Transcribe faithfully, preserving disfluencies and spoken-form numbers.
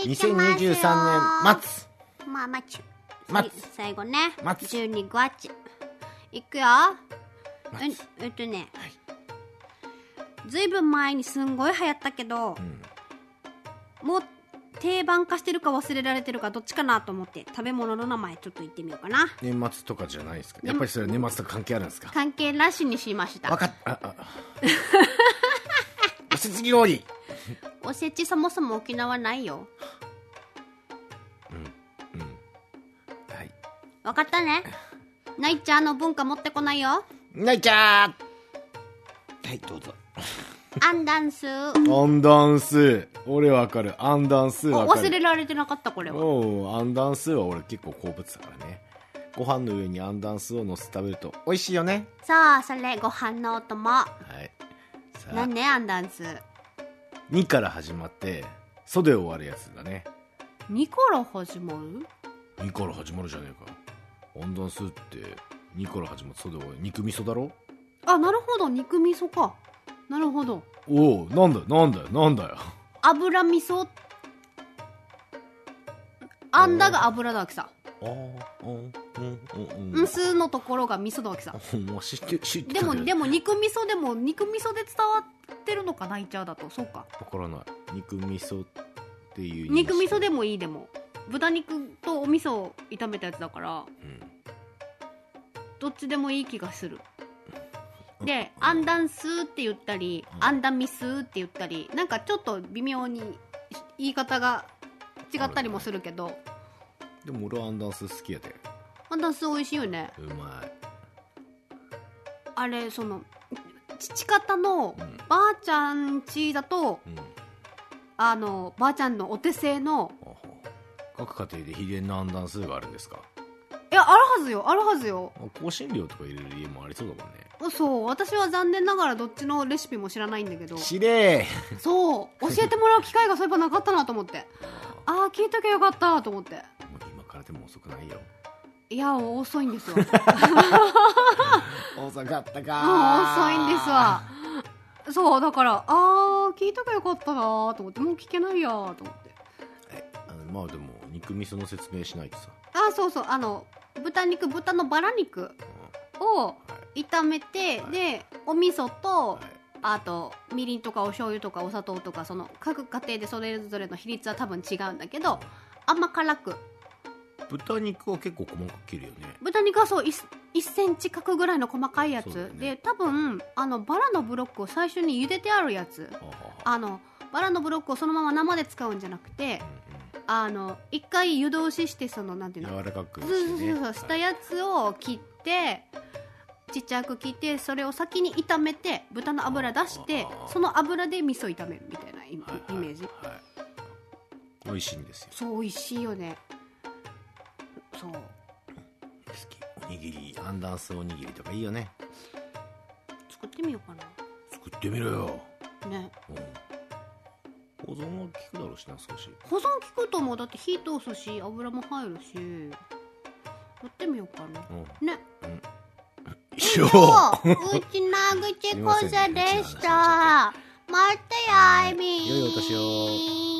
いにせんにじゅうさんねん末。 まあ待ち待つ最後ね待つじゅうにがついくよ。 待つええっとね、 はい、 ずいぶん前にすんごい流行ったけど、うん、もう定番化してるか忘れられてるかどっちかなと思って食べ物の名前ちょっと言ってみようかな。 年末とかじゃないですか。やっぱりそれは年末と関係あるんですか。 関係なしにしました。 分かった。ああおせち料理。 おせちそもそも沖縄ないよ。 うんうんはい分かったね。ナイちゃんの文化持ってこないよ。 ナイちゃんはいどうぞ。 アンダンスアンダンス俺わかる。アンダンスわかる。 忘れられてなかったこれは。 おうアンダンスは俺結構好物だからね。ご飯の上にアンダンスを乗せて食べると美味しいよね。 そうそれご飯のお供。 はいさあなんねアンダンスにから始まってソで終わるやつだね。 にから始まる。 にから始まるじゃねえか。アンダンスってにから始まってソで終わる。肉味噌だろ。 あなるほど肉味噌か。なるほど。 おおなんだよなんだよなんだよ。 油味噌あんだが油だわけさ。 あーうんうんうんうんすのところが味噌だわけさ。 もう知って知ってでたけどもでも肉味噌でも肉味噌で伝わってるのかナイチャーだと。そうかわからない。肉味噌っていう肉味噌でも、 もいい。でも豚肉とお味噌を炒めたやつだからうん、 どっちでもいい気がする。でアンダンスって言ったり、うん、アンダミスって言ったりなんかちょっと微妙に言い方が違ったりもするけど、 でも俺はアンダンス好きやで。 アンダンス美味しいよね。 うまい。 あれその父方のばあちゃん家だと、うん、あのばあちゃんのお手製の各家庭で秘伝のアンダンスがあるんですか。 いやあるはずよあるはずよ。 香辛料とか入れる家もありそうだもんね。 そう私は残念ながらどっちのレシピも知らないんだけど。 知れーそう教えてもらう機会がそういえばなかったなと思ってああ聞いときゃよかったと思って。もう今からでも遅くないよ。 いや遅いんですよ遅かったか。 遅いんですわ。そうだからあー聞いときゃよかったなと思ってもう聞けないやと思って。 えあのまあでも肉味噌の説明しないとさ。 あそうそうあの豚肉豚のバラ肉を炒めて、はい、でお味噌と、はい、あとみりんとかお醤油とかお砂糖とかその各家庭でそれぞれの比率は多分違うんだけど甘辛く。 豚肉は結構細かく切るよね。 豚肉はそう 1, いっセンチ角ぐらいの細かいやつ、ね、で多分あのバラのブロックを最初に茹でてあるやつ。あのバラのブロックをそのまま生で使うんじゃなくて、うんうん、あの一回湯通ししてそのなんていうの柔らかくして、 ね、そうそうしたやつを切って、はい、ちっちゃく切ってそれを先に炒めて豚の油出してその油で味噌炒めるみたいなイメージ、はいはいはい、 美味しいんですよ。 そう美味しいよね。そう好き。おにぎりアンダンスおにぎりとかいいよね。 作ってみようかな。 作ってみろよね、 うん、保存は効くだろうしな。少し保存効くと思う。だって火通すし油も入るしやってみようかな、うん、ね、うんうちなぐちこさでした。またやいびん。 良いお年を。